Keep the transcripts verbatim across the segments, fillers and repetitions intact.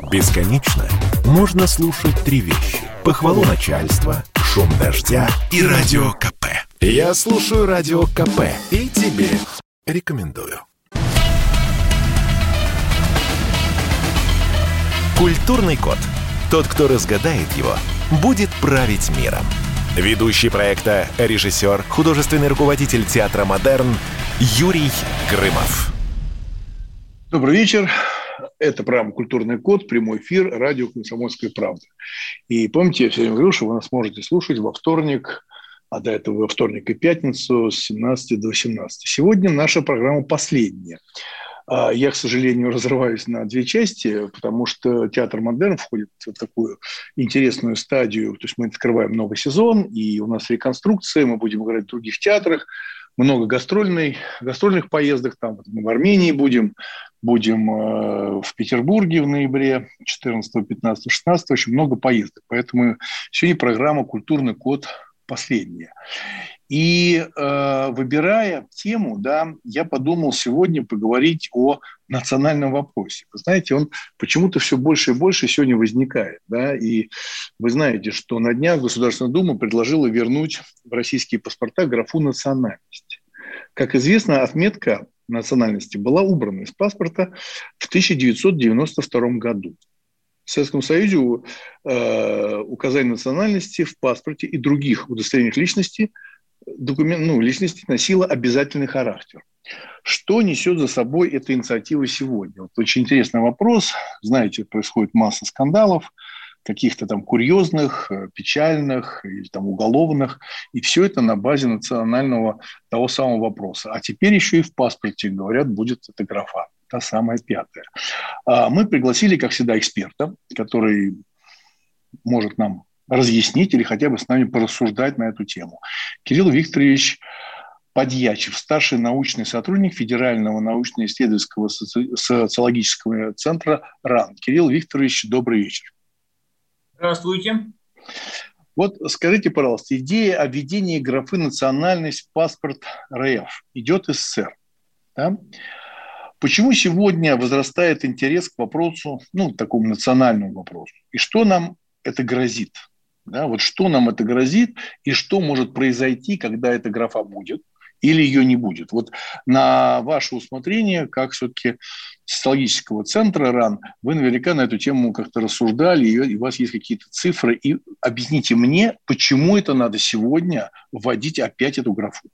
Бесконечно можно слушать три вещи: похвалу начальства, шум дождя и радио КП. Я слушаю радио КП и тебе рекомендую. Культурный код. Тот, кто разгадает его, будет править миром. Ведущий проекта, режиссер, художественный руководитель театра «Модерн» Юрий Грымов. Добрый вечер. Это программа «Культурный код», прямой эфир, радио «Комсомольская правда». И помните, я все время говорю, что вы нас можете слушать во вторник, а до этого во вторник и пятницу с семнадцати до восемнадцати. Сегодня наша программа последняя. Я, к сожалению, разрываюсь на две части, потому что театр «Модерн» входит в такую интересную стадию. То есть мы открываем новый сезон, и у нас реконструкция, мы будем играть в других театрах, много гастрольной, гастрольных поездок. Там мы в Армении будем, будем э, в Петербурге в ноябре четырнадцатого, пятнадцатого, шестнадцатого. Очень много поездок. Поэтому сегодня программа «Культурный код» последняя. И э, выбирая тему, да, я подумал сегодня поговорить о национальном вопросе. Вы знаете, он почему-то все больше и больше сегодня возникает. Да? И вы знаете, что на днях Государственная Дума предложила вернуть в российские паспорта графу «национальность». Как известно, отметка национальности была убрана из паспорта в тысяча девятьсот девяносто втором году. В Советском Союзе э, указание национальности в паспорте и других удостоверениях личности Документ, ну, личность носила обязательный характер. Что несет за собой эта инициатива сегодня? Вот очень интересный вопрос. Знаете, происходит масса скандалов, каких-то там курьезных, печальных или там уголовных. И все это на базе национального того самого вопроса. А теперь еще и в паспорте, говорят, будет эта графа, та самая пятая. А мы пригласили, как всегда, эксперта, который может нам разъяснить или хотя бы с нами порассуждать на эту тему. Кирилл Викторович Подьячев, старший научный сотрудник Федерального научно-исследовательского соци... социологического центра РАН. Кирилл Викторович, добрый вечер. Здравствуйте. Вот скажите, пожалуйста, идея о введении графы «национальность» в паспорт РФ идет из СССР. Да? Почему сегодня возрастает интерес к вопросу, ну, такому национальному вопросу? И что нам это грозит? Да, вот что нам это грозит и что может произойти, когда эта графа будет или ее не будет? Вот на ваше усмотрение, как все-таки социологического центра РАН, вы наверняка на эту тему как-то рассуждали, и у вас есть какие-то цифры. И объясните мне, почему это надо сегодня вводить опять эту графу?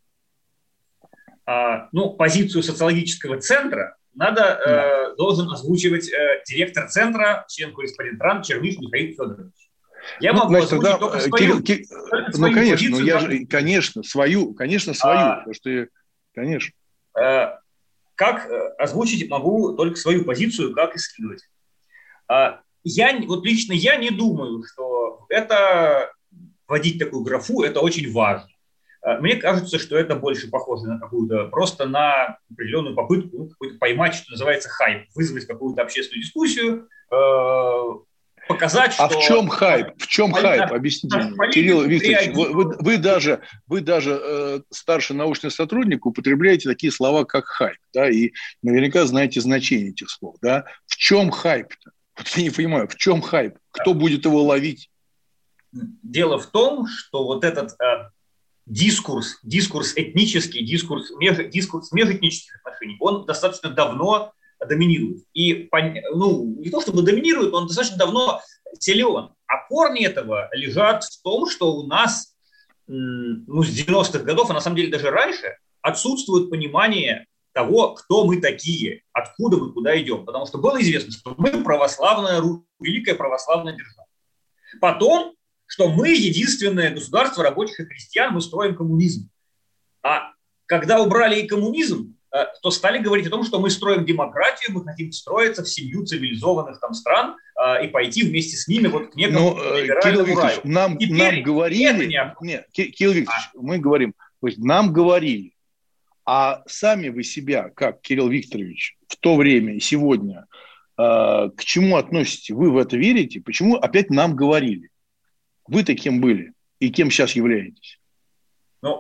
А, ну, позицию социологического центра надо, да. э, должен озвучивать э, директор центра, член-корреспондент РАН Черныш Михаил Федорович. Я ну, могу значит, озвучить тогда, только свою, Кирилл, Кирилл, только ну, свою конечно, позицию. Я же, конечно, свою, конечно, свою. А, потому что я, конечно. Э, как озвучить могу только свою позицию как исследователь. А, я, вот лично я не думаю, что это вводить такую графу, это очень важно. А, мне кажется, что это больше похоже на какую-то, просто на определенную попытку ну, какую-то поймать, что называется, хайп, вызвать какую-то общественную дискуссию, э, показать, что... А в чем хайп? В чем хайп? Объясните мне. Кирилл Викторович, вы, вы, вы даже, вы даже э, старший научный сотрудник употребляете такие слова, как хайп, да, и наверняка знаете значение этих слов, да. В чем хайп-то? Вот я не понимаю, в чем хайп? Кто будет его ловить? Дело в том, что вот этот э, дискурс, дискурс этнический, дискурс, меж, дискурс межэтнических отношений, он достаточно давно доминирует. И, ну, не то чтобы доминирует, он достаточно давно силен. А корни этого лежат в том, что у нас ну, с девяностых годов, а на самом деле даже раньше, отсутствует понимание того, кто мы такие, откуда мы, куда идем. Потому что было известно, что мы православная, великая православная держава. Потом, что мы единственное государство рабочих и крестьян, мы строим коммунизм. А когда убрали и коммунизм, то стали говорить о том, что мы строим демократию, мы хотим встроиться в семью цивилизованных там стран э, и пойти вместе с ними вот к некому либеральному раю. Нам, нам говорили, нет, Кирилл Викторович, а? мы говорим, нам говорили, а сами вы себя, как Кирилл Викторович, в то время и сегодня, э, к чему относите? Вы в это верите? Почему опять нам говорили? Вы-то кем были и кем сейчас являетесь? Ну,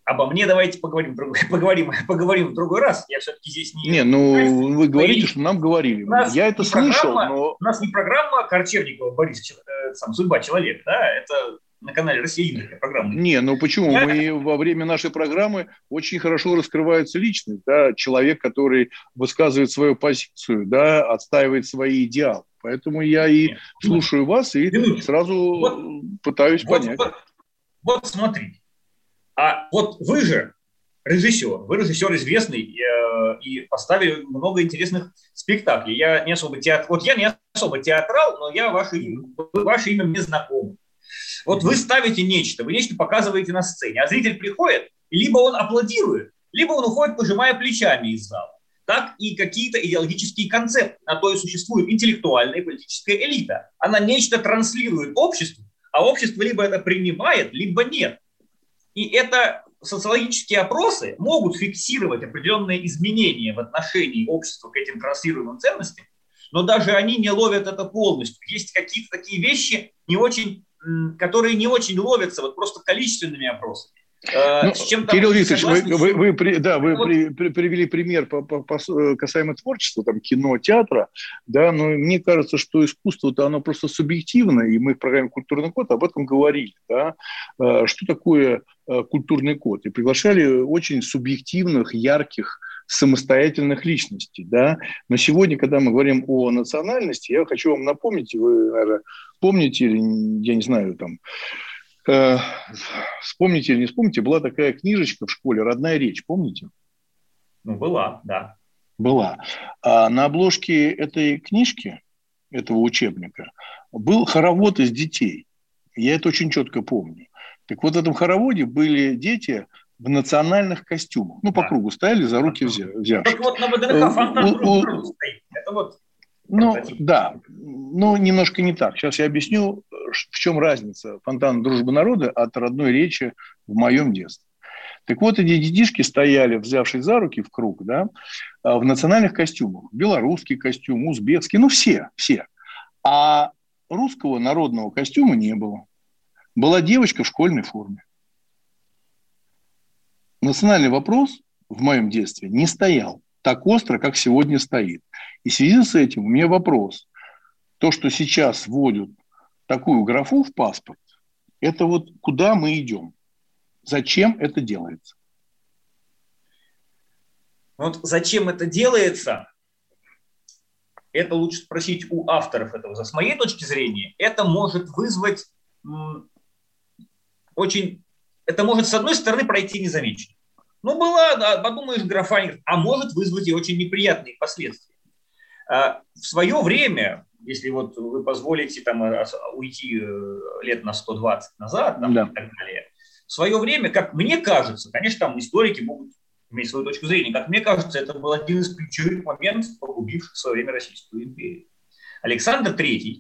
Обо мне давайте поговорим, поговорим, поговорим в другой раз. Я все-таки здесь не... Не, ну вы говорите, что нам говорили. Я это слышал, но... У нас не программа Корчевникова «Борис, сам, судьба человека», да, это на канале «Россия» программа. Не, ну почему? Я... Мы во время нашей программы очень хорошо раскрывается личность, да, человек, который высказывает свою позицию, да, отстаивает свои идеалы. Поэтому я и Нет. слушаю вас и Минуточку. сразу вот, пытаюсь вот, понять. Вот, вот смотрите. А вот вы же режиссер, вы режиссер известный э, и поставили много интересных спектаклей. Я не особо театр, вот я не особо театрал, но я ваше имя, ваше имя мне знакомо. Вот вы ставите нечто, вы нечто показываете на сцене, а зритель приходит, и либо он аплодирует, либо он уходит, пожимая плечами из зала. Так и какие-то идеологические концепты. На то и существует интеллектуальная и политическая элита. Она нечто транслирует обществу, а общество либо это принимает, либо нет. И это социологические опросы могут фиксировать определенные изменения в отношении общества к этим транслируемым ценностям, но даже они не ловят это полностью. Есть какие-то такие вещи, не очень, которые не очень ловятся вот просто количественными опросами. Ну, Кирилл Викторович, вы, вы, вы, вы, да, вы вот. при, при, привели пример по, по, по, касаемо творчества, там, кино, театра, да, но мне кажется, что искусство-то оно просто субъективно, и мы в программе «Культурный код» об этом говорили, да, что такое культурный код, и приглашали очень субъективных, ярких, самостоятельных личностей, да, но сегодня, когда мы говорим о национальности, я хочу вам напомнить, вы, наверное, помните, я не знаю, там, вспомните или не вспомните, была такая книжечка в школе «Родная речь», помните? Ну, была, да. Была. А на обложке этой книжки, этого учебника, был хоровод из детей. Я это очень четко помню. Так вот, в этом хороводе были дети в национальных костюмах. Ну, по да. кругу стояли, за руки взявшись. Так вот, на ВДНХ фонтан стоит. Это вот... Ну, да, но немножко не так. Сейчас я объясню, в чем разница фонтана «Дружбы народа» от родной речи в моем детстве. Так вот, эти детишки стояли, взявшись за руки в круг, да, в национальных костюмах. Белорусский костюм, узбекский, ну все, все. А русского народного костюма не было. Была девочка в школьной форме. Национальный вопрос в моем детстве не стоял так остро, как сегодня стоит. И в связи с этим у меня вопрос. То, что сейчас вводят такую графу в паспорт, это вот куда мы идем? Зачем это делается? Вот зачем это делается, это лучше спросить у авторов этого. С моей точки зрения, это может вызвать м, очень... Это может, с одной стороны, пройти незамеченно. Ну, была, да, подумаешь, графа, а может вызвать и очень неприятные последствия. В свое время, если вот вы позволите там уйти лет на сто двадцать назад там, да. и так далее, в свое время, как мне кажется, конечно, там историки могут иметь свою точку зрения, как мне кажется, это был один из ключевых моментов, погубивших в свое время Российскую империю. Александр Третий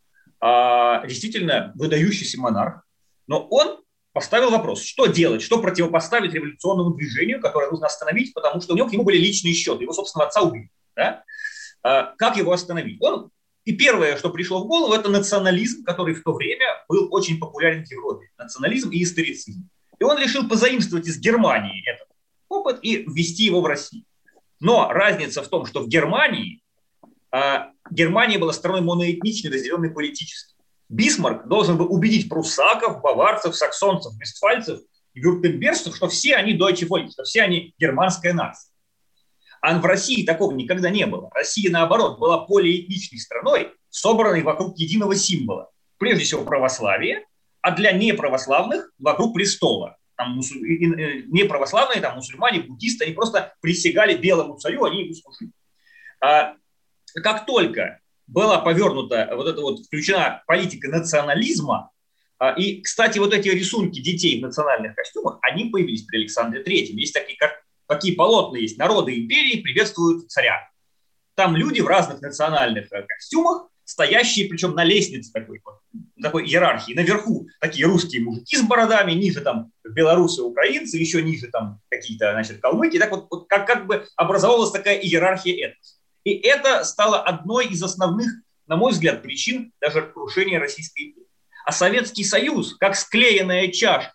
действительно выдающийся монарх, но он поставил вопрос, что делать, что противопоставить революционному движению, которое нужно остановить, потому что у него к нему были личные счеты, его собственного отца убили. Да? А, как его остановить? Он, и первое, что пришло в голову, это национализм, который в то время был очень популярен в Европе. Национализм и историцизм. И он решил позаимствовать из Германии этот опыт и ввести его в Россию. Но разница в том, что в Германии а, Германия была страной моноэтничной, разделенной политически. Бисмарк должен был убедить пруссаков, баварцев, саксонцев, вестфальцев и вюртембержцев, что все они Deutsche Volk, что все они германская нация. А в России такого никогда не было. Россия, наоборот, была полиэтничной страной, собранной вокруг единого символа. Прежде всего православие, а для неправославных вокруг престола. Там мусуль... Неправославные, там мусульмане, буддисты, они просто присягали белому царю, они его служили. А как только была повернута, вот эта вот включена политика национализма, и, кстати, вот эти рисунки детей в национальных костюмах, они появились при Александре Третьем. Есть такие, такие полотна, есть народы империи приветствуют царя. Там люди в разных национальных костюмах, стоящие, причем на лестнице такой, вот, такой иерархии. Наверху такие русские мужики с бородами, ниже там белорусы, украинцы, еще ниже там какие-то, значит, калмыки. Так вот, вот как, как бы образовалась такая иерархия этноса. И это стало одной из основных, на мой взгляд, причин даже крушения Российской империи. А Советский Союз, как склеенная чашка,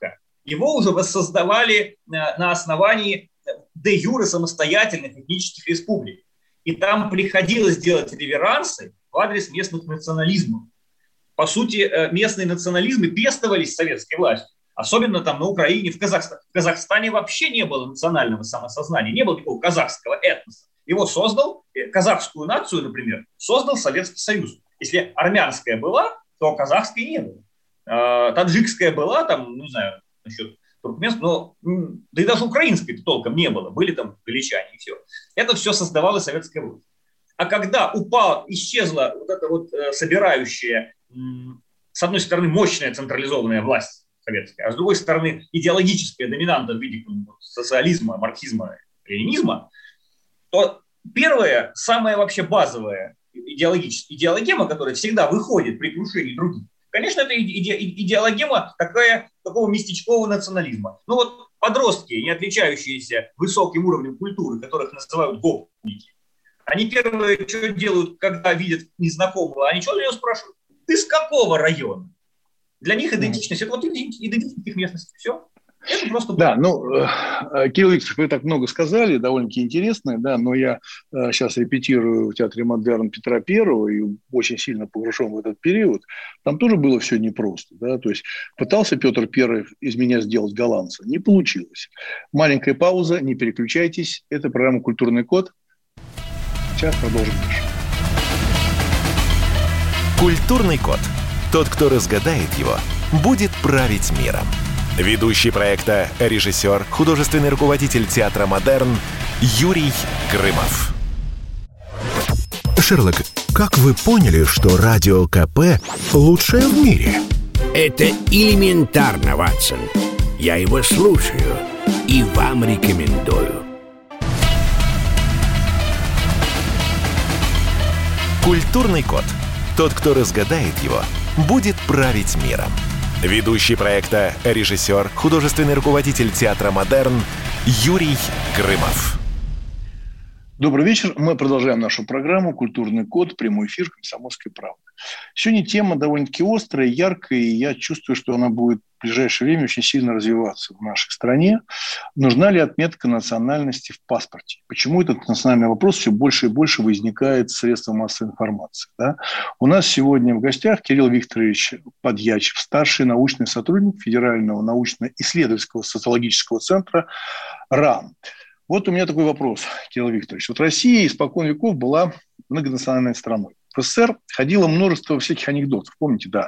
Его уже воссоздавали на основании де-юре самостоятельных этнических республик. И там приходилось делать реверансы в адрес местных национализмов. По сути, местные национализмы пестовались советской властью. Особенно там на Украине, в Казахстане. В Казахстане вообще не было национального самосознания, не было такого казахского этноса. Его создал, казахскую нацию, например, создал Советский Союз. Если армянская была, то казахской не было. Таджикская была, там, не знаю, насчет туркменского, но да и даже украинской толком не было. Были там галичане и все. Это все создавала советская власть. А когда упала, исчезла вот эта вот собирающая, с одной стороны, мощная централизованная власть, советская, а с другой стороны идеологическая доминанта в виде социализма, марксизма, ленинизма, то первая, самая вообще базовая идеологическая идеологема, которая всегда выходит при крушении других, конечно, это иде- идеологема такая, такого местечкового национализма. Ну вот подростки, не отличающиеся высоким уровнем культуры, которых называют гопники, они первое, что делают, когда видят незнакомого, они что у него спрашивают? Ты с какого района? Для них идентичность – это вот идентичность их местности. Все. Это просто... Да, ну, Кирилл Викторович, вы так много сказали, довольно-таки интересное, да, но я сейчас репетирую в Театре Модерн Петра Первого и очень сильно погружен в этот период. Там тоже было все непросто, да, то есть пытался Петр Первый из меня сделать голландца, не получилось. Маленькая пауза, не переключайтесь, это программа «Культурный код». Сейчас продолжим дальше. Культурный код. Тот, кто разгадает его, будет править миром. Ведущий проекта, режиссер, художественный руководитель Театра Модерн Юрий Грымов. Шерлок, как вы поняли, что Радио КП лучшее в мире? Это элементарно, Ватсон. Я его слушаю и вам рекомендую. Культурный код. Тот, кто разгадает его, будет править миром. Ведущий проекта, режиссер, художественный руководитель Театра Модерн Юрий Грымов. Добрый вечер. Мы продолжаем нашу программу «Культурный код», прямой эфир «Комсомольской правды». Сегодня тема довольно-таки острая, яркая, и я чувствую, что она будет в ближайшее время очень сильно развиваться в нашей стране. Нужна ли отметка национальности в паспорте? Почему этот национальный вопрос все больше и больше возникает в средствах массовой информации? Да? У нас сегодня в гостях Кирилл Викторович Подьячев, старший научный сотрудник Федерального научно-исследовательского социологического центра РАН. Вот у меня такой вопрос, Кирилл Викторович. Вот Россия испокон веков была многонациональной страной. В СССР ходило множество всяких анекдотов, помните, да,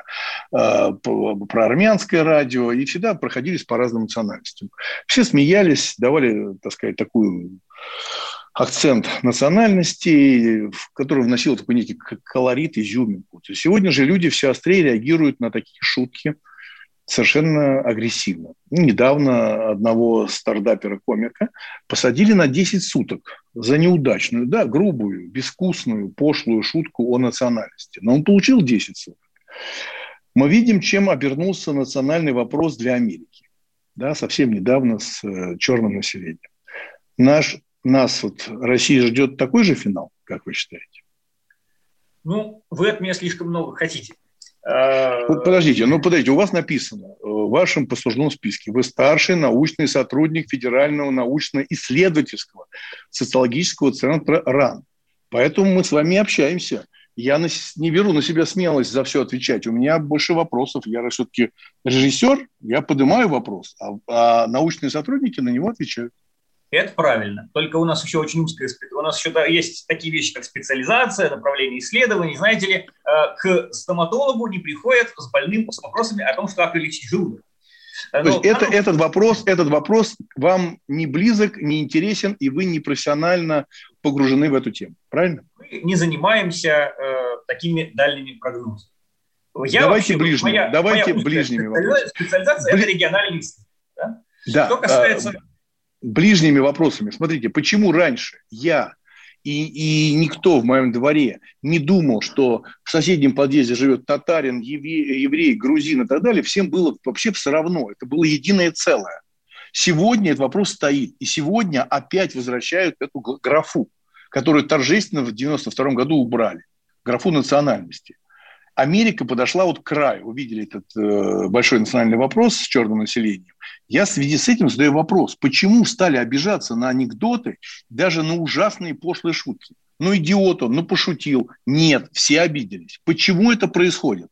про армянское радио, и всегда проходились по разным национальностям. Все смеялись, давали, так сказать, такой акцент национальности, который вносил такой некий колорит, изюминку. Сегодня же люди все острее реагируют на такие шутки, совершенно агрессивно. Недавно одного стартапера-комика посадили на десять суток за неудачную, да, грубую, безвкусную, пошлую шутку о национальности. Но он получил десять суток. Мы видим, чем обернулся национальный вопрос для Америки. Да, совсем недавно с э, черным населением. Наш, нас, вот, Россия ждет такой же финал, как вы считаете? Ну, вы от меня слишком много хотите. Вот подождите, ну подождите, у вас написано в вашем послужном списке: вы старший научный сотрудник Федерального научно-исследовательского социологического центра РАН. Поэтому мы с вами общаемся. Я не беру на себя смелость за все отвечать. У меня больше вопросов. Я все-таки режиссер, я поднимаю вопрос, а, а научные сотрудники на него отвечают. Это правильно. Только у нас еще очень узкая специализация. У нас еще есть такие вещи, как специализация, направление исследований. Знаете ли, к стоматологу не приходят с больным с вопросами о том, что как лечить желудок. То есть это, этот, вопрос, этот вопрос вам не близок, не интересен, и вы не профессионально погружены в эту тему. Правильно? Мы не занимаемся э, такими дальними прогнозами. Я давайте вообще, ближними, моя, давайте моя ближними специализация, специализация Бли... – это региональные исследования. Да? Да. Что касается... Ближними вопросами. Смотрите, почему раньше я и, и никто в моем дворе не думал, что в соседнем подъезде живет татарин, еврей, еврей, грузин и так далее, всем было вообще все равно. Это было единое целое. Сегодня этот вопрос стоит. И сегодня опять возвращают эту графу, которую торжественно в девяносто втором году убрали. Графу национальности. Америка подошла вот к краю. Увидели этот э, большой национальный вопрос с черным населением. Я в связи с этим задаю вопрос. Почему стали обижаться на анекдоты, даже на ужасные пошлые шутки? Ну, идиот он, ну, пошутил. Нет, все обиделись. Почему это происходит?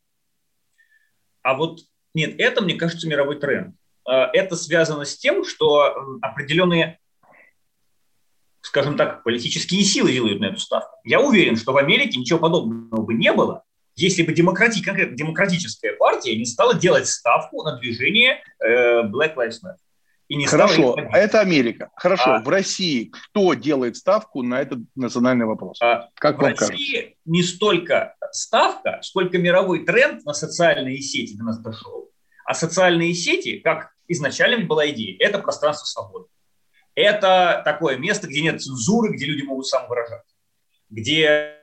А вот нет, это, мне кажется, мировой тренд. Это связано с тем, что определенные, скажем так, политические силы делают на эту ставку. Я уверен, что в Америке ничего подобного бы не было, если бы демократи, конкретно демократическая партия не стала делать ставку на движение э, Black Lives Matter. И не Хорошо, стала... это Америка. Хорошо, а, в России кто делает ставку на этот национальный вопрос? А, как в вам России кажется? Не столько ставка, сколько мировой тренд на социальные сети до нас дошел. А социальные сети, как изначально была идея, это пространство свободы. Это такое место, где нет цензуры, где люди могут самовыражаться, где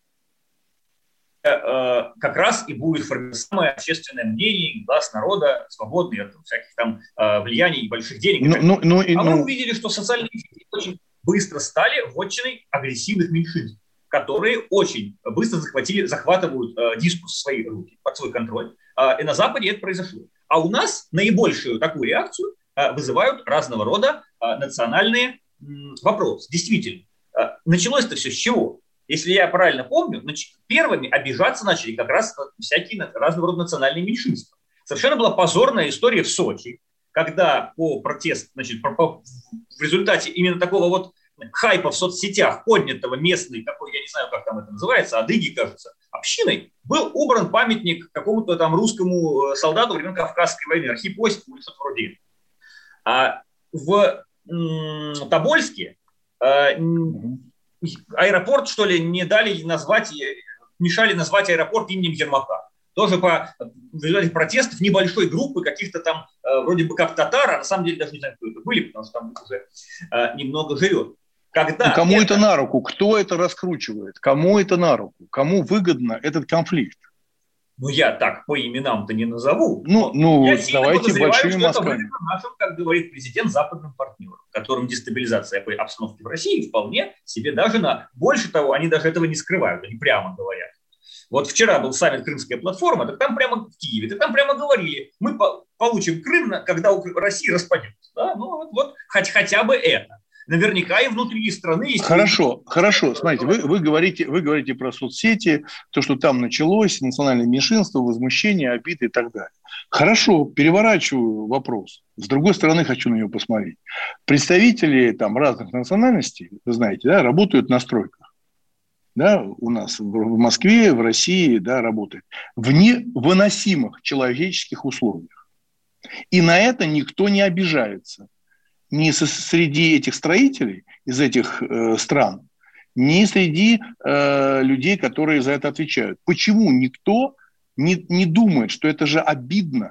э, как раз и будет формироваться самое общественное мнение, глаз народа, свободный от всяких там э, влияний и больших денег. Ну, ну, ну, а ну... мы увидели, что социальные сети очень быстро стали вотчиной агрессивных меньшинств, которые очень быстро захватили, захватывают э, дискурс в свои руки, под свой контроль. Э, и на Западе это произошло. А у нас наибольшую такую реакцию э, вызывают разного рода э, национальные э, вопросы. Действительно, э, началось-то все с чего? Если я правильно помню, значит, первыми обижаться начали как раз всякие разного рода национальные меньшинства. Совершенно была позорная история в Сочи, когда по протесту, значит, по, по, в результате именно такого вот хайпа в соцсетях, поднятого местной, какой, я не знаю, как там это называется, адыги, кажется, общиной, был убран памятник какому-то там русскому солдату времен Кавказской войны, Архип Осипов или что-то вроде этого. А в м- Тобольске э, аэропорт, что ли, не дали назвать, мешали назвать аэропорт именем Ермака. Тоже по в результате протестов небольшой группы каких-то там, э, вроде бы как татар, а на самом деле даже не знаю, кто это были, потому что там уже э, немного живет. Когда кому это... это на руку? Кто это раскручивает? Кому это на руку? Кому выгодно этот конфликт? Ну, я так по именам-то не назову. Ну, ну я давайте большими что мазками. Это выгодно нашим, как говорит президент, западным партнерам, которым дестабилизация обстановки в России вполне себе даже на... Больше того, они даже этого не скрывают, они прямо говорят. Вот вчера был саммит «Крымская платформа», так там прямо в Киеве, так там прямо говорили, мы по- получим Крым, когда Россия распадется. Да? Ну, вот, вот хоть, хотя бы это. Наверняка и внутри страны есть... Хорошо, хорошо. Смотрите, вы, вы, говорите, вы говорите про соцсети, то, что там началось, национальное меньшинство, возмущение, обиды и так далее. Хорошо, переворачиваю вопрос. С другой стороны, хочу на него посмотреть. Представители там разных национальностей, вы знаете, да, работают на стройках. Да, у нас в Москве, в России, да, работает в невыносимых человеческих условиях. И на это никто не обижается. Ни среди этих строителей из этих э, стран, ни среди э, людей, которые за это отвечают. Почему никто не, не думает, что это же обидно,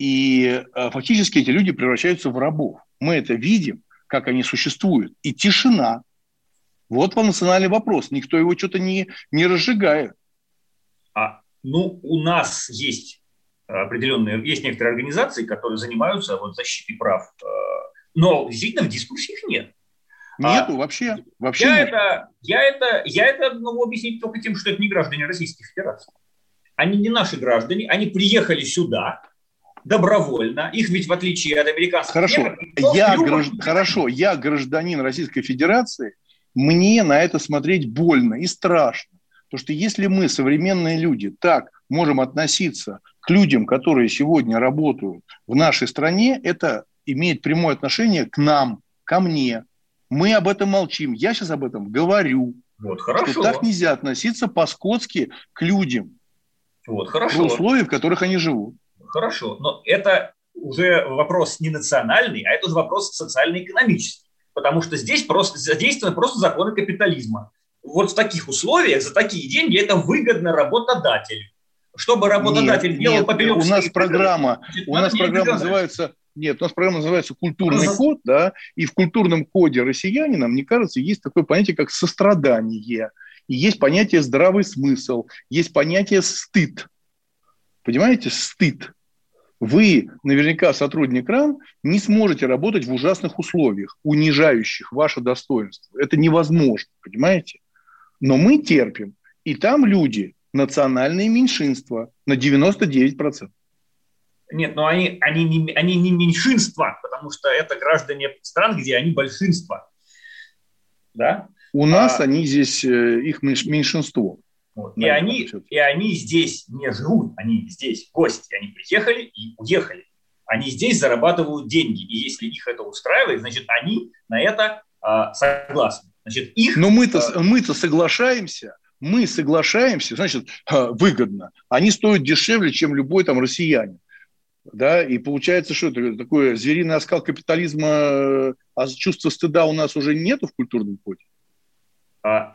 и э, фактически эти люди превращаются в рабов? Мы это видим, как они существуют. И тишина. Вот вам национальный вопрос. Никто его что-то не, не разжигает. А, ну, у нас есть определенные, есть некоторые организации, которые занимаются вот, защитой прав. Но действительно в дискуссии их нет. Нету а, вообще. вообще я, нет. это, я, это, я это могу объяснить только тем, что это не граждане Российской Федерации. Они не наши граждане, они приехали сюда добровольно. Их ведь в отличие от американских... Хорошо, негров, я, любят... гражд... Хорошо, я гражданин Российской Федерации, мне на это смотреть больно и страшно. Потому что если мы, современные люди, так можем относиться к людям, которые сегодня работают в нашей стране, это имеет прямое отношение к нам, ко мне. Мы об этом молчим. Я сейчас об этом говорю. Вот, хорошо. Что так нельзя относиться по-скотски к людям. Вот, хорошо. При условиях, в которых они живут. Хорошо. Но это уже вопрос не национальный, а это уже вопрос социально-экономический. Потому что здесь просто задействованы просто законы капитализма. Вот в таких условиях за такие деньги это выгодно работодателю. Чтобы работодатель нет, делал нет, поперек... У нас программа, значит, у нас программа называется... Нет, у нас программа называется «Культурный Раз... код», да, и в культурном коде россиянина, мне кажется, есть такое понятие, как сострадание, и есть понятие «здравый смысл», есть понятие «стыд». Понимаете, стыд. Вы, наверняка, сотрудник РАН, не сможете работать в ужасных условиях, унижающих ваше достоинство. Это невозможно, понимаете? Но мы терпим. И там люди национальные меньшинства на девяносто девять процентов. Нет, но они, они, не, они не меньшинство, потому что это граждане стран, где они большинство. Да? У нас а, они здесь, их меньшинство. Вот. И, они, и они здесь не живут, они здесь гости, они приехали и уехали. Они здесь зарабатывают деньги, и если их это устраивает, значит, они на это а, согласны. Значит, их, Но мы-то, а, мы-то соглашаемся, мы соглашаемся, значит, выгодно. Они стоят дешевле, чем любой там россиянин. Да, и получается, что это такое звериный оскал капитализма, а чувства стыда у нас уже нету в культурном коде? А,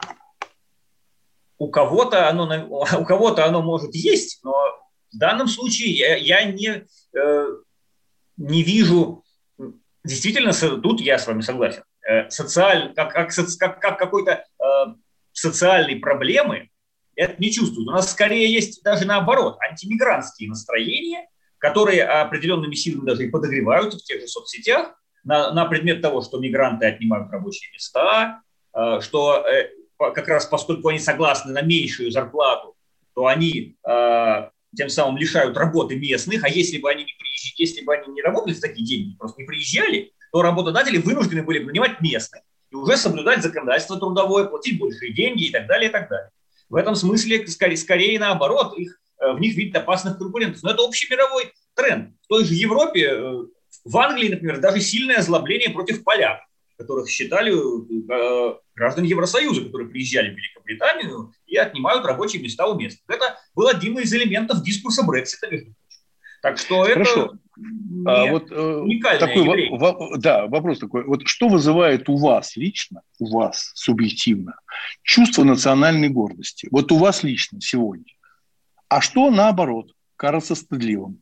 у кого-то оно, у кого-то оно может есть, но в данном случае я, я не, э, не вижу, действительно, тут я с вами согласен, э, социаль, как, как, как, как какой-то э, социальной проблемы это не чувствуют. У нас скорее есть даже наоборот антимигрантские настроения, которые определенными силами даже и подогреваются в тех же соцсетях на, на предмет того, что мигранты отнимают рабочие места, э, что э, как раз поскольку они согласны на меньшую зарплату, то они э, тем самым лишают работы местных, а если бы они не приезжали, если бы они не работали за такие деньги, просто не приезжали, то работодатели вынуждены были бы нанимать местных и уже соблюдать законодательство трудовое, платить большие деньги и так далее, и так далее. В этом смысле скорее, скорее наоборот, их в них видят опасных конкурентов. Но это общемировой тренд. В той же Европе, в Англии, например, даже сильное озлобление против поляков, которых считали э, граждан Евросоюза, которые приезжали в Великобританию и отнимают рабочие места у местных. Это был один из элементов дискурса Брексита, между прочим. Так что это Хорошо. Не а вот, уникальное такой, явление. в, да, вопрос такой. Вот что вызывает у вас лично, у вас субъективно, чувство национальной гордости? Вот у вас лично сегодня. А что, наоборот, кажется стыдливым?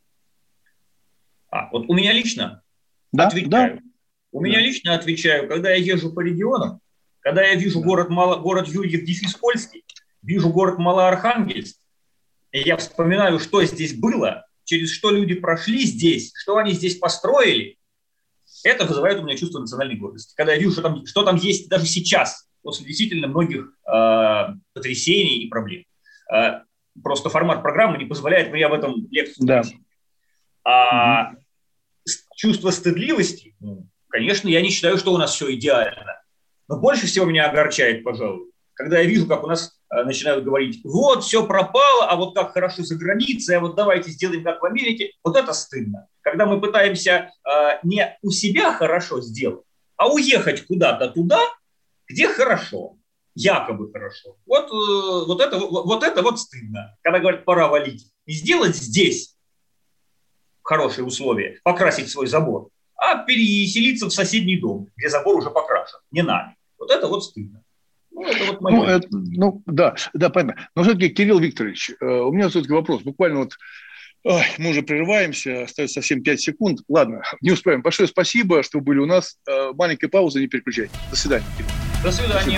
А, вот у меня лично да, отвечаю. Да. У меня да. лично отвечаю, когда я езжу по регионам, когда я вижу да. город, Мало, город Юрьев дефис Польский, вижу город Малоархангельск, и я вспоминаю, что здесь было, через что люди прошли здесь, что они здесь построили, это вызывает у меня чувство национальной гордости. Когда я вижу, что там, что там есть даже сейчас, после действительно многих э, потрясений и проблем. Э, просто формат программы не позволяет мне об этом лекцию да. говорить. А угу. чувство стыдливости, ну, конечно, я не считаю, что у нас все идеально. Но больше всего меня огорчает, пожалуй, когда я вижу, как у нас э, начинают говорить, вот, все пропало, а вот как хорошо за границей, а вот давайте сделаем как в Америке. Вот это стыдно. Когда мы пытаемся э, не у себя хорошо сделать, а уехать куда-то туда, где хорошо, якобы хорошо. Вот, э, вот, это, вот, вот это вот стыдно. Когда говорят, пора валить. И сделать здесь хорошие условия, покрасить свой забор, а переселиться в соседний дом, где забор уже покрашен, не нами. Вот это вот стыдно. Ну, это вот ну, это, ну, да, да, понятно. Но все-таки, Кирилл Викторович, э, у меня все-таки вопрос. Буквально вот ой, мы уже прерываемся, остается совсем пять секунд. Ладно, не успеем. Большое спасибо, что были у нас. Э, маленькая пауза, не переключайтесь. До свидания. До свидания.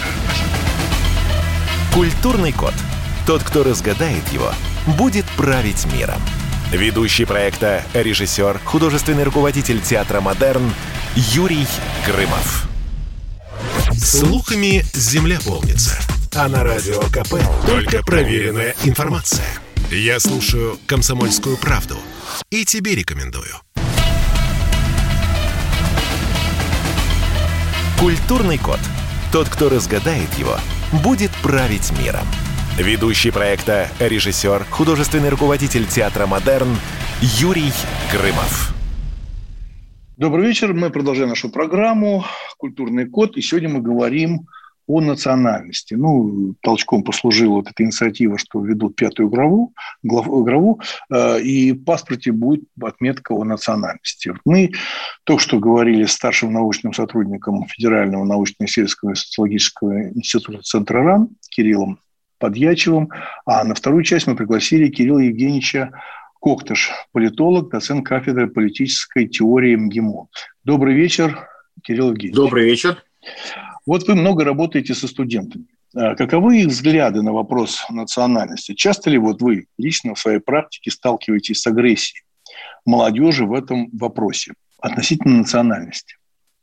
Культурный код. Тот, кто разгадает его, будет править миром. Ведущий проекта, режиссер, художественный руководитель театра «Модерн» Юрий Грымов. Слухами земля полнится. А на Радио КП только проверенная информация. Я слушаю «Комсомольскую правду» и тебе рекомендую. Культурный код. Тот, кто разгадает его, будет править миром. Ведущий проекта, режиссер, художественный руководитель театра «Модерн» Юрий Грымов. Добрый вечер. Мы продолжаем нашу программу «Культурный код». И сегодня мы говорим о национальности. Ну, толчком послужила вот эта инициатива, что ведут пятую главу, главу, главу э, и в паспорте будет отметка о национальности. Мы только что говорили с старшим научным сотрудником Федерального научно-исследовательского и социологического института «Центра РАН» Кириллом Подьячевым, а на вторую часть мы пригласили Кирилла Евгеньевича Коктыш, политолог, доцент кафедры политической теории МГИМО. Добрый вечер, Кирилл Евгеньевич. Добрый вечер. Вот вы много работаете со студентами. Каковы их взгляды на вопрос национальности? Часто ли вот вы лично в своей практике сталкиваетесь с агрессией молодежи в этом вопросе относительно национальности?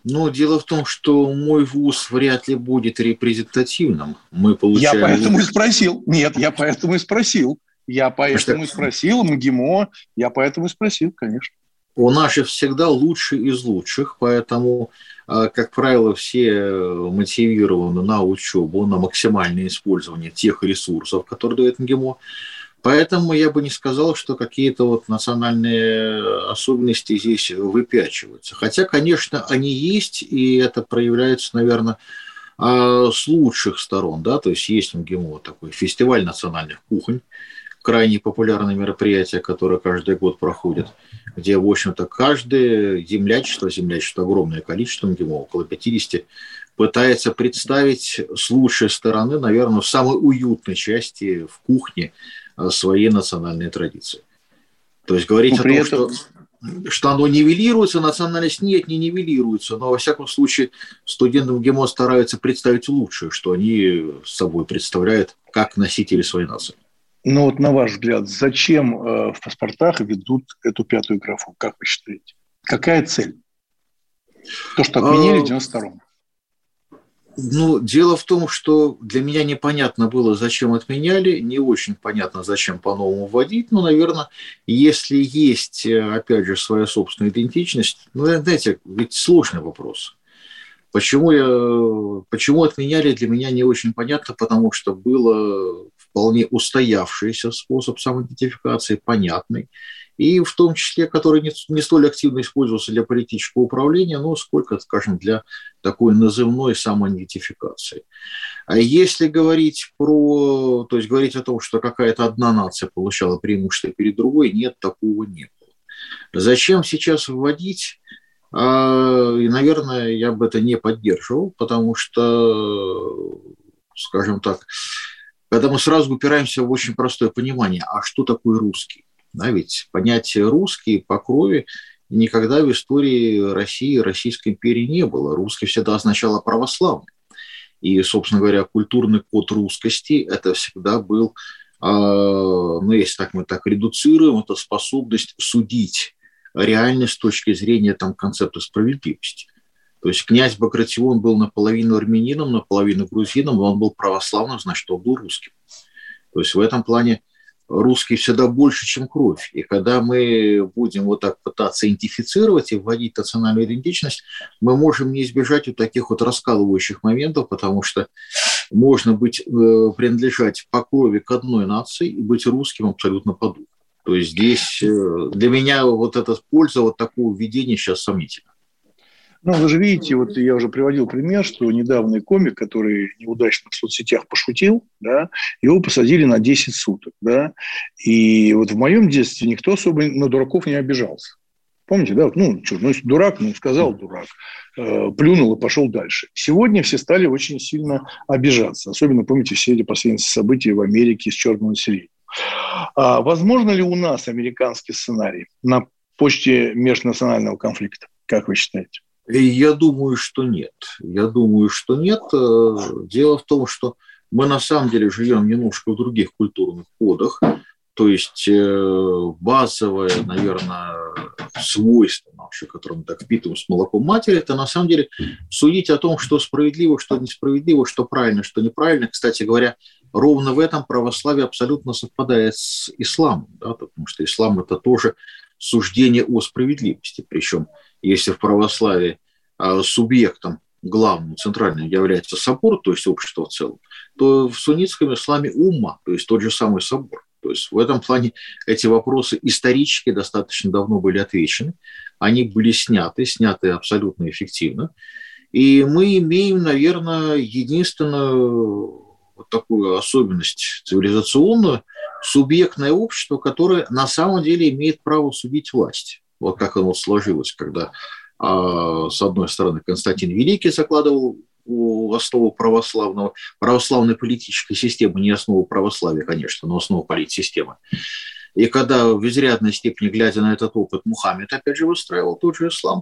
Ну, дело в том, что мой вуз вряд ли будет репрезентативным. Мы получаем... Я поэтому и спросил. Нет, я поэтому и спросил. Я поэтому и спросил. МГИМО. Я поэтому и спросил, конечно. У нас же всегда лучший из лучших, поэтому, как правило, все мотивированы на учебу, на максимальное использование тех ресурсов, которые дает МГИМО. Поэтому я бы не сказал, что какие-то вот национальные особенности здесь выпячиваются. Хотя, конечно, они есть, и это проявляется, наверное, с лучших сторон. Да? То есть есть в МГИМО такой фестиваль национальных кухонь, крайне популярное мероприятие, которое каждый год проходит, где, в общем-то, каждое землячество, землячество огромное количество МГИМО, около пятьдесят, пытается представить с лучшей стороны, наверное, в самой уютной части в кухне своей национальной традиции. То есть говорить ну, о том, этом... что, что оно нивелируется, национальность нет, не нивелируется, но, во всяком случае, студенты МГИМО стараются представить лучшее, что они с собой представляют как носители своей нации. Ну вот на ваш взгляд, зачем э, в паспортах ведут эту пятую графу? Как вы считаете? Какая цель? То, что отменили в девяносто втором. Ну, дело в том, что для меня непонятно было, зачем отменяли, не очень понятно, зачем по-новому вводить. Ну, наверное, если есть, опять же, своя собственная идентичность, ну, знаете, ведь сложный вопрос. Почему, я, почему отменяли, для меня не очень понятно, потому что было вполне устоявшийся способ самоидентификации, понятный, и в том числе, который не, не столь активно использовался для политического управления, но сколько, скажем, для такой назывной самоидентификации. А если говорить про, то есть говорить о том, что какая-то одна нация получала преимущество перед другой, нет, такого не было. Зачем сейчас вводить? И, наверное, я бы это не поддерживал, потому что, скажем так, когда мы сразу упираемся в очень простое понимание, а что такое русский? Да, ведь понятие «русский» по крови никогда в истории России и Российской империи не было. Русский всегда означало православный. И, собственно говоря, культурный код русскости – это всегда был, ну, если так мы так редуцируем, это способность судить реальность с точки зрения там, концепта справедливости. То есть князь Багратион был наполовину армянином, наполовину грузином, но он был православным, значит, он был русским. То есть в этом плане русский всегда больше, чем кровь. И когда мы будем вот так пытаться идентифицировать и вводить национальную идентичность, мы можем не избежать вот таких вот раскалывающих моментов, потому что можно быть, принадлежать по крови к одной нации и быть русским абсолютно по духу. То есть здесь для меня вот эта польза вот такого введения сейчас сомнительна. Ну, вы же видите, вот я уже приводил пример, что недавний комик, который неудачно в соцсетях пошутил, да, его посадили на десять суток. Да, и вот в моем детстве никто особо на дураков не обижался. Помните, да? Ну, что, ну, дурак, ну, сказал дурак, э, плюнул и пошел дальше. Сегодня все стали очень сильно обижаться. Особенно, помните, все эти последние события в Америке с черным населением. А возможно ли у нас американский сценарий на почте межнационального конфликта? Как вы считаете? Я думаю, что нет. Я думаю, что нет. Дело в том, что мы на самом деле живем немножко в других культурных кодах. То есть базовое, наверное, свойство наше, которое мы так впитываем с молоком матери, это на самом деле судить о том, что справедливо, что несправедливо, что правильно, что неправильно. Кстати говоря, ровно в этом православие абсолютно совпадает с исламом, да, потому что ислам – это тоже суждение о справедливости. Причем, если в православии субъектом главным, центральным является собор, то есть общество в целом, то в суннитском исламе умма, то есть тот же самый собор. То есть в этом плане эти вопросы исторически достаточно давно были отвечены, они были сняты, сняты абсолютно эффективно. И мы имеем, наверное, единственную вот такую особенность цивилизационную, субъектное общество, которое на самом деле имеет право судить власть. Вот как оно сложилось, когда, с одной стороны, Константин Великий закладывал основу православного, православной политической системы, не основу православия, конечно, но основу политсистемы. И когда в изрядной степени, глядя на этот опыт, Мухаммед, опять же, выстраивал тот же ислам,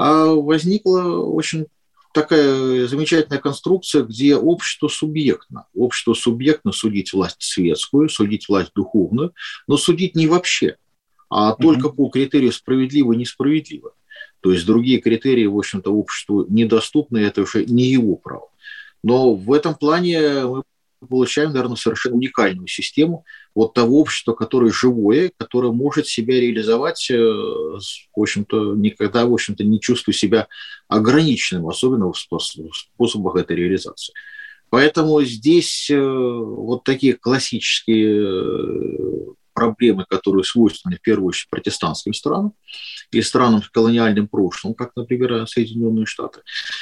возникла очень такая замечательная конструкция, где общество субъектно. Общество субъектно судить власть светскую, судить власть духовную, но судить не вообще, а только mm-hmm. по критерию справедливо и несправедливо. То То есть другие критерии, в общем-то, обществу недоступны, это уже не его право. Но в этом плане мы получаем, наверное, совершенно уникальную систему вот того общества, которое живое, которое может себя реализовать, в общем-то, никогда, в общем-то, не чувствуя себя ограниченным, особенно в способах этой реализации. Поэтому здесь вот такие классические проблемы, которые свойственны, в первую очередь, протестантским странам и странам с колониальным прошлым, как, например, Соединенные Штаты,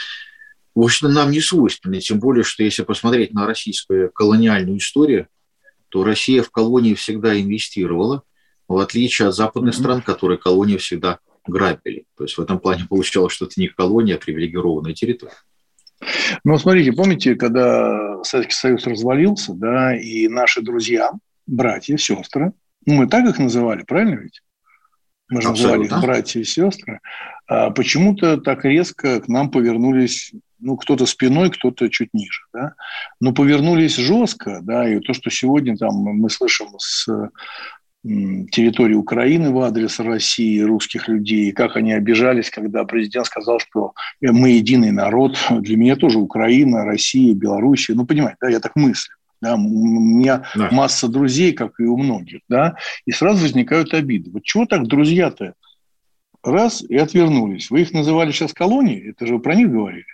в общем-то, нам не свойственны, тем более, что если посмотреть на российскую колониальную историю, то Россия в колонии всегда инвестировала, в отличие от западных mm-hmm. стран, которые колонии всегда грабили. То есть в этом плане получалось, что это не колония, а привилегированная территория. Ну, смотрите, помните, когда Советский Союз развалился, да, и наши друзья, братья, сестры, ну, мы так их называли, правильно ведь? Мы же Абсолютно. называли их братья и сестры. А почему-то так резко к нам повернулись, ну, кто-то спиной, кто-то чуть ниже, да. Но повернулись жестко, да, и то, что сегодня там мы слышим с территории Украины в адрес России, русских людей, как они обижались, когда президент сказал, что мы единый народ. Для меня тоже Украина, Россия, Белоруссия. Ну, понимаете, да, я так мыслю. Да, у меня да. масса друзей, как и у многих, да, и сразу возникают обиды. Вот чего так друзья-то раз и отвернулись? Вы их называли сейчас колонией? Это же вы про них говорили?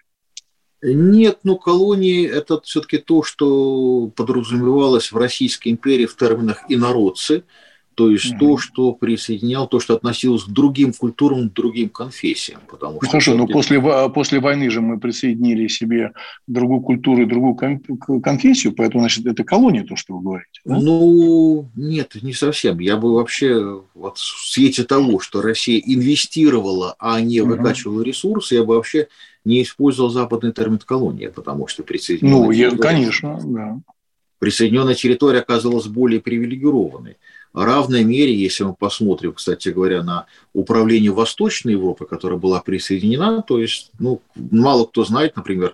Нет, ну колонии – это все-таки то, что подразумевалось в Российской империи в терминах инородцы, то есть угу. то, что присоединял, то, что относилось к другим культурам, к другим конфессиям. Потому что Хорошо, но после, после войны же мы присоединили себе другую культуру и другую конфессию, поэтому, значит, это колония, то, что вы говорите. Да? Ну, нет, не совсем. Я бы вообще, вот в свете того, что Россия инвестировала, а не угу. выкачивала ресурсы, я бы вообще не использовал западный термин колония, потому что присоединенная ну, территория, я, конечно, да. присоединенная территория оказалась более привилегированной. В равной мере, если мы посмотрим, кстати говоря, на управление Восточной Европы, которая была присоединена, то есть, ну, мало кто знает, например,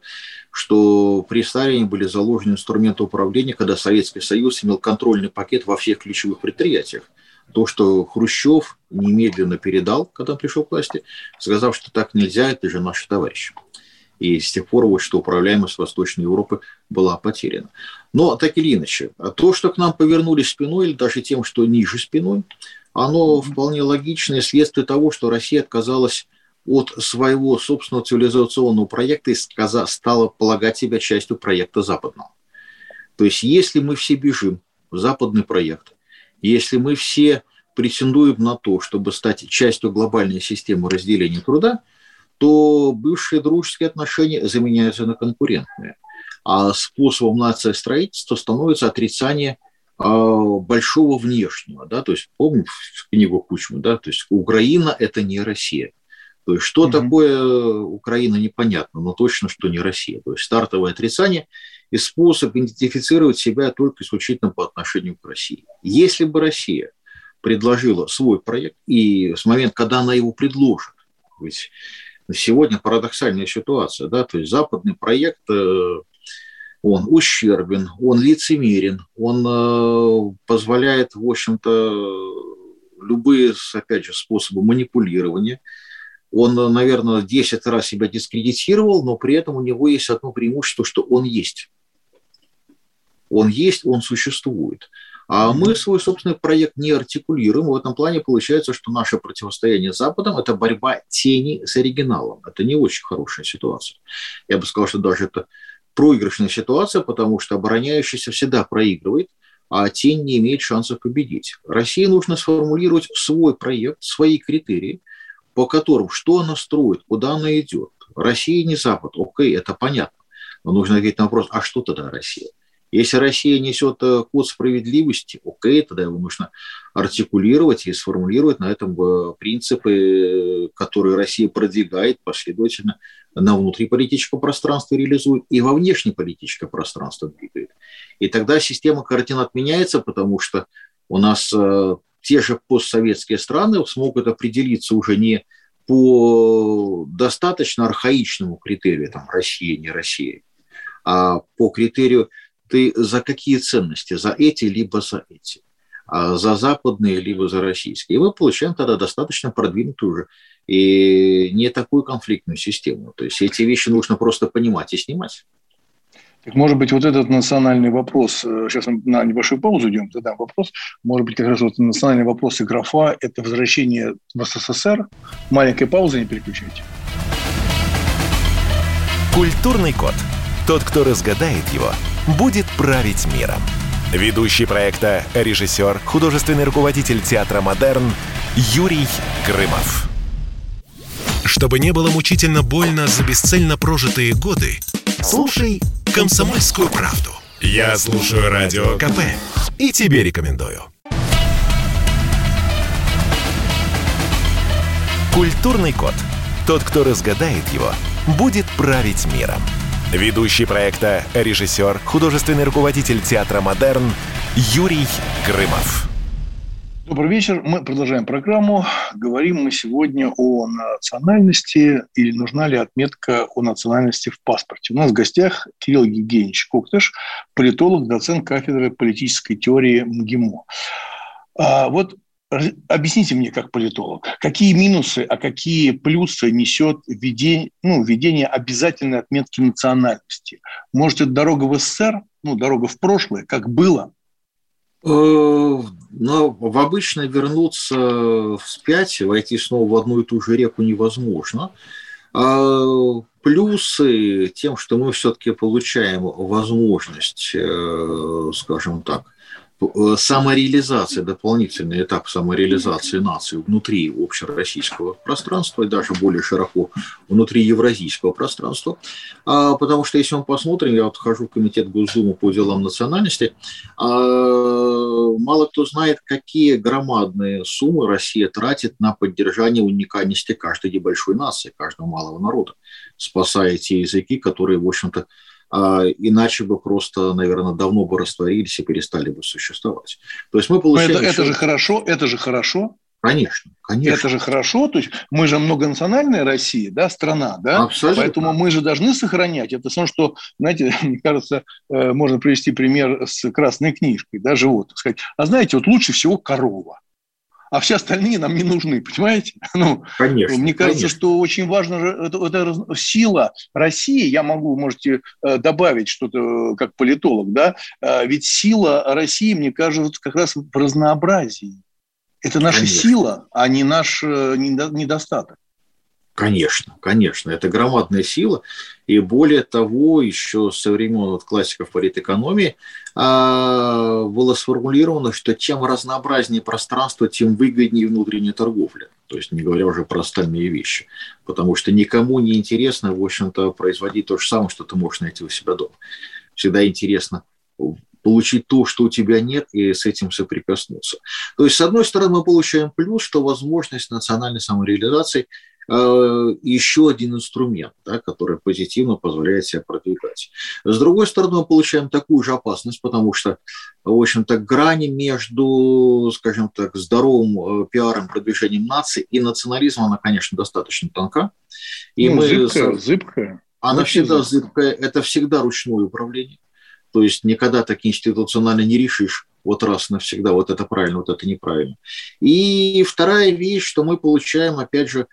что при Сталине были заложены инструменты управления, когда Советский Союз имел контрольный пакет во всех ключевых предприятиях. То, что Хрущев немедленно передал, когда он пришел к власти, сказав, что так нельзя, это же наши товарищи. И с тех пор вот, что управляемость Восточной Европы была потеряна. Но так или иначе, то, что к нам повернулись спиной, или даже тем, что ниже спиной, оно вполне логичное следствие того, что Россия отказалась от своего собственного цивилизационного проекта и стала полагать себя частью проекта западного. То есть если мы все бежим в западный проект, если мы все претендуем на то, чтобы стать частью глобальной системы разделения труда, то бывшие дружеские отношения заменяются на конкурентные. А способом нациостроительства становится отрицание э, большого внешнего. Да? То есть, помню книгу Кучмы, да? То есть Украина – это не Россия. То есть что mm-hmm. такое Украина, непонятно, но точно, что не Россия. То есть стартовое отрицание и способ идентифицировать себя только исключительно по отношению к России. Если бы Россия предложила свой проект, и с момента, когда она его предложит, ведь сегодня парадоксальная ситуация, да, то есть западный проект, он ущербен, он лицемерен, он позволяет, в общем-то, любые, опять же, способы манипулирования. Он, наверное, десять раз себя дискредитировал, но при этом у него есть одно преимущество, что он есть. Он есть, он существует. А мы свой собственный проект не артикулируем. В этом плане получается, что наше противостояние с Западом – это борьба тени с оригиналом. Это не очень хорошая ситуация. Я бы сказал, что даже это проигрышная ситуация, потому что обороняющийся всегда проигрывает, а тень не имеет шансов победить. России нужно сформулировать свой проект, свои критерии, по которым что она строит, куда она идет. Россия не Запад, окей, это понятно. Но нужно ответить на вопрос, а что тогда Россия? Если Россия несет код справедливости, окей, тогда его нужно артикулировать и сформулировать на этом принципы, которые Россия продвигает последовательно на внутриполитическом пространстве реализует и во внешнеполитическое пространство двигает. И тогда система координат меняется, потому что у нас те же постсоветские страны смогут определиться уже не по достаточно архаичному критерию, там, Россия, не Россия, а по критерию ты за какие ценности, за эти либо за эти. за западные, либо за российские. И мы получаем тогда достаточно продвинутую уже и не такую конфликтную систему. То есть эти вещи нужно просто понимать и снимать. Так, может быть, вот этот национальный вопрос, сейчас мы на небольшую паузу идем, тогда вопрос, может быть, как раз вот национальный вопрос и графа – это возвращение в СССР. Маленькая пауза, не переключайте. Культурный код. Тот, кто разгадает его, будет править миром. Ведущий проекта, режиссер, художественный руководитель театра «Модерн» Юрий Грымов. Чтобы не было мучительно больно за бесцельно прожитые годы, слушай «Комсомольскую правду». Я слушаю Радио КП и тебе рекомендую. Культурный код. Тот, кто разгадает его, будет править миром. Ведущий проекта, режиссер, художественный руководитель театра «Модерн» Юрий Грымов. Добрый вечер. Мы продолжаем программу. Говорим мы сегодня о национальности или нужна ли отметка о национальности в паспорте. У нас в гостях Кирилл Евгеньевич Коктыш, политолог, доцент кафедры политической теории МГИМО. А вот объясните мне, как политолог, какие минусы, а какие плюсы несет введение, ну, введение обязательной отметки национальности? Может, это дорога в СССР, ну, дорога в прошлое, как было? Но обычно вернуться вспять, войти снова в одну и ту же реку невозможно. Плюсы тем, что мы все-таки получаем возможность, скажем так, самореализация, дополнительный этап самореализации нации внутри общероссийского пространства и даже более широко внутри евразийского пространства. Потому что если мы посмотрим, я вот хожу в комитет Госдумы по делам национальности, мало кто знает, какие громадные суммы Россия тратит на поддержание уникальности каждой небольшой нации, каждого малого народа, спасая те языки, которые, в общем-то, А иначе бы просто, наверное, давно бы растворились и перестали бы существовать. То есть мы получаем... Это, это же хорошо, это же хорошо. Конечно, конечно. Это же хорошо. То есть мы же многонациональная Россия, да, страна, да? Абсолютно. Поэтому мы же должны сохранять. Это все, что, знаете, мне кажется, можно привести пример с красной книжкой, да, живот, так сказать. А знаете, вот лучше всего корова. А все остальные нам не нужны, понимаете? Ну, конечно, мне кажется, конечно. что очень важно, это, это сила России, я могу, можете добавить что-то как политолог, да, ведь сила России, мне кажется, как раз в разнообразии. Это наша конечно. сила, а не наш недостаток. Конечно, конечно, это громадная сила, и более того, еще со времен вот классиков политэкономии а, было сформулировано, что чем разнообразнее пространство, тем выгоднее внутренняя торговля, то есть не говоря уже про остальные вещи, потому что никому не интересно, в общем-то, производить то же самое, что ты можешь найти у себя дома. Всегда интересно получить то, что у тебя нет, и с этим соприкоснуться. То есть, с одной стороны, мы получаем плюс, что возможность национальной самореализации – еще один инструмент, да, который позитивно позволяет себя продвигать. С другой стороны, мы получаем такую же опасность, потому что, в общем-то, грани между, скажем так, здоровым пиаром, продвижением нации и национализмом, она, конечно, достаточно тонка. И ну, мы... зыбкая, зыбкая. Она всегда зыбкая, это всегда ручное управление. То есть никогда так институционально не решишь, вот раз навсегда, вот это правильно, вот это неправильно. И вторая вещь, что мы получаем, опять же,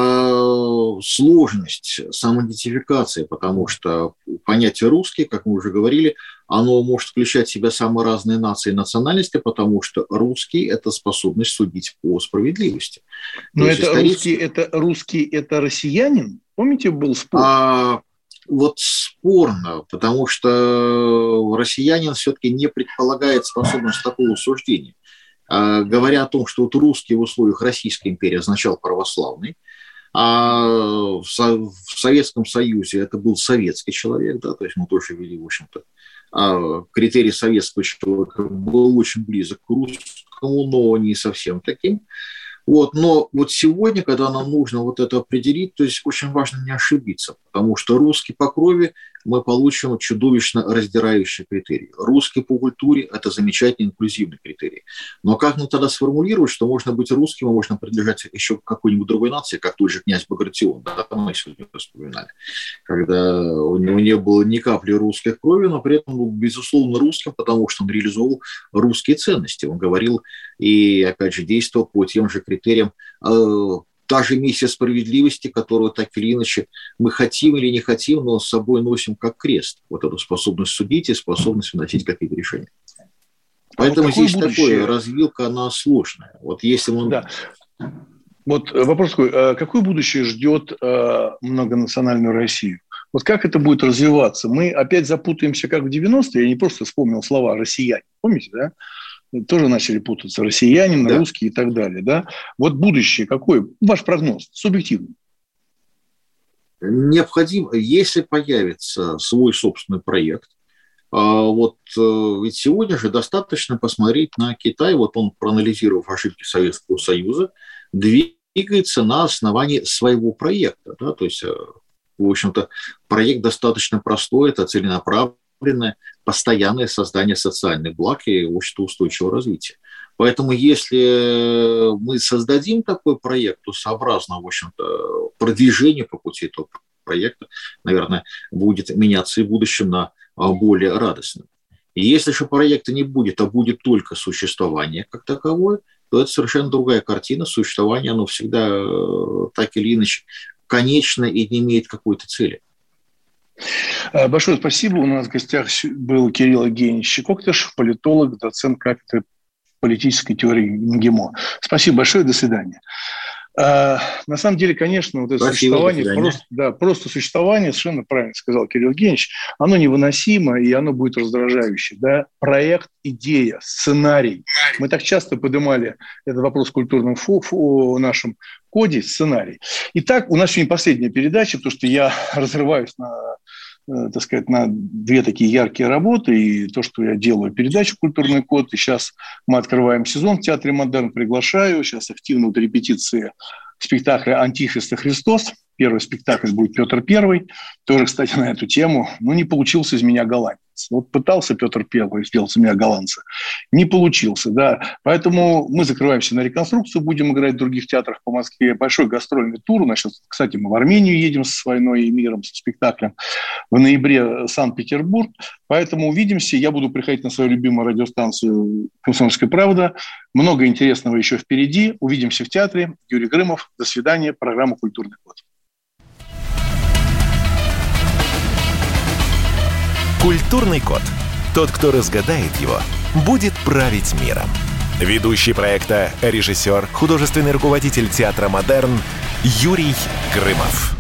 сложность самоидентификации, потому что понятие «русский», как мы уже говорили, оно может включать в себя самые разные нации и национальности, потому что русский – это способность судить по справедливости. Но это, исторически... русский, это русский, это россиянин? Помните, был спор? А, вот спорно, потому что россиянин все-таки не предполагает способность такого суждения. Говоря о том, что вот русский в условиях Российской империи означал православный, а в Советском Союзе это был советский человек, да, то есть мы тоже видели, в общем-то, критерий советского человека был очень близок к русскому, но не совсем таким. Вот, но вот сегодня, когда нам нужно вот это определить, то есть очень важно не ошибиться, потому что русский по крови мы получим чудовищно раздирающий критерий. Русский по культуре – это замечательный инклюзивный критерий. Но как нам тогда сформулировать, что можно быть русским, а можно принадлежать еще к какой-нибудь другой нации, как тот же князь Багратион, да, мы сегодня вспоминали, когда у него не было ни капли русской крови, но при этом был, безусловно, русским, потому что он реализовал русские ценности. Он говорил и, опять же, действовал по тем же критериям. Та же миссия справедливости, которую так или иначе мы хотим или не хотим, но с собой носим как крест. Вот эту способность судить и способность выносить какие-то решения. Поэтому а вот здесь такая развилка, она сложная. Вот если мы... Да. Вот вопрос такой. Какое будущее ждет многонациональную Россию? Вот как это будет развиваться? Мы опять запутаемся, как в девяностые. Я не просто вспомнил слова «россияне». Помните, да? Тоже начали путаться россиянин, да. Русские и так далее. Да? Вот будущее какое? Ваш прогноз, субъективный. Необходимо, если появится свой собственный проект, вот ведь сегодня же достаточно посмотреть на Китай, вот он, проанализировав ошибки Советского Союза, двигается на основании своего проекта. Да? То есть, в общем-то, проект достаточно простой, это целенаправленный, постоянное создание социальных благ и общества устойчивого развития. Поэтому если мы создадим такой проект, то сообразно, в общем-то, продвижение по пути этого проекта, наверное, будет меняться и в будущем на более радостным. И если же проекта не будет, а будет только существование как таковое, то это совершенно другая картина. Существование, оно всегда так или иначе конечно и не имеет какой-то цели. Большое спасибо. У нас в гостях был Кирилл Евгеньевич Коктыш, политолог, доцент кафедры политической теории МГИМО. Спасибо большое. До свидания. На самом деле, конечно, вот это Спасибо, существование, просто, да, просто существование, совершенно правильно сказал Кирилл Евгеньевич, оно невыносимо, и оно будет раздражающее. Да? Проект, идея, сценарий. Мы так часто поднимали этот вопрос в культурном фу, фу, нашем коде, сценарий. Итак, у нас сегодня последняя передача, потому что я разрываюсь на, так сказать, на две такие яркие работы, и то, что я делаю передачу «Культурный код», и сейчас мы открываем сезон в Театре Модерн, приглашаю, сейчас активно вот репетиции спектакля «Антихрист и Христос». Первый спектакль будет Петр Первый, тоже, кстати, на эту тему. Ну, не получился из меня голландец. Вот пытался Петр Первый сделать из меня голландца. Не получился, да. Поэтому мы закрываемся на реконструкцию, будем играть в других театрах по Москве. Большой гастрольный тур. Значит, кстати, мы в Армению едем с «Войной и миром», со спектаклем. В ноябре Санкт-Петербург. Поэтому увидимся. Я буду приходить на свою любимую радиостанцию «Комсомольская правда». Много интересного еще впереди. Увидимся в театре. Юрий Грымов. До свидания. Программа «Культурный код». Культурный код. Тот, кто разгадает его, будет править миром. Ведущий проекта, режиссер, художественный руководитель театра «Модерн» Юрий Грымов.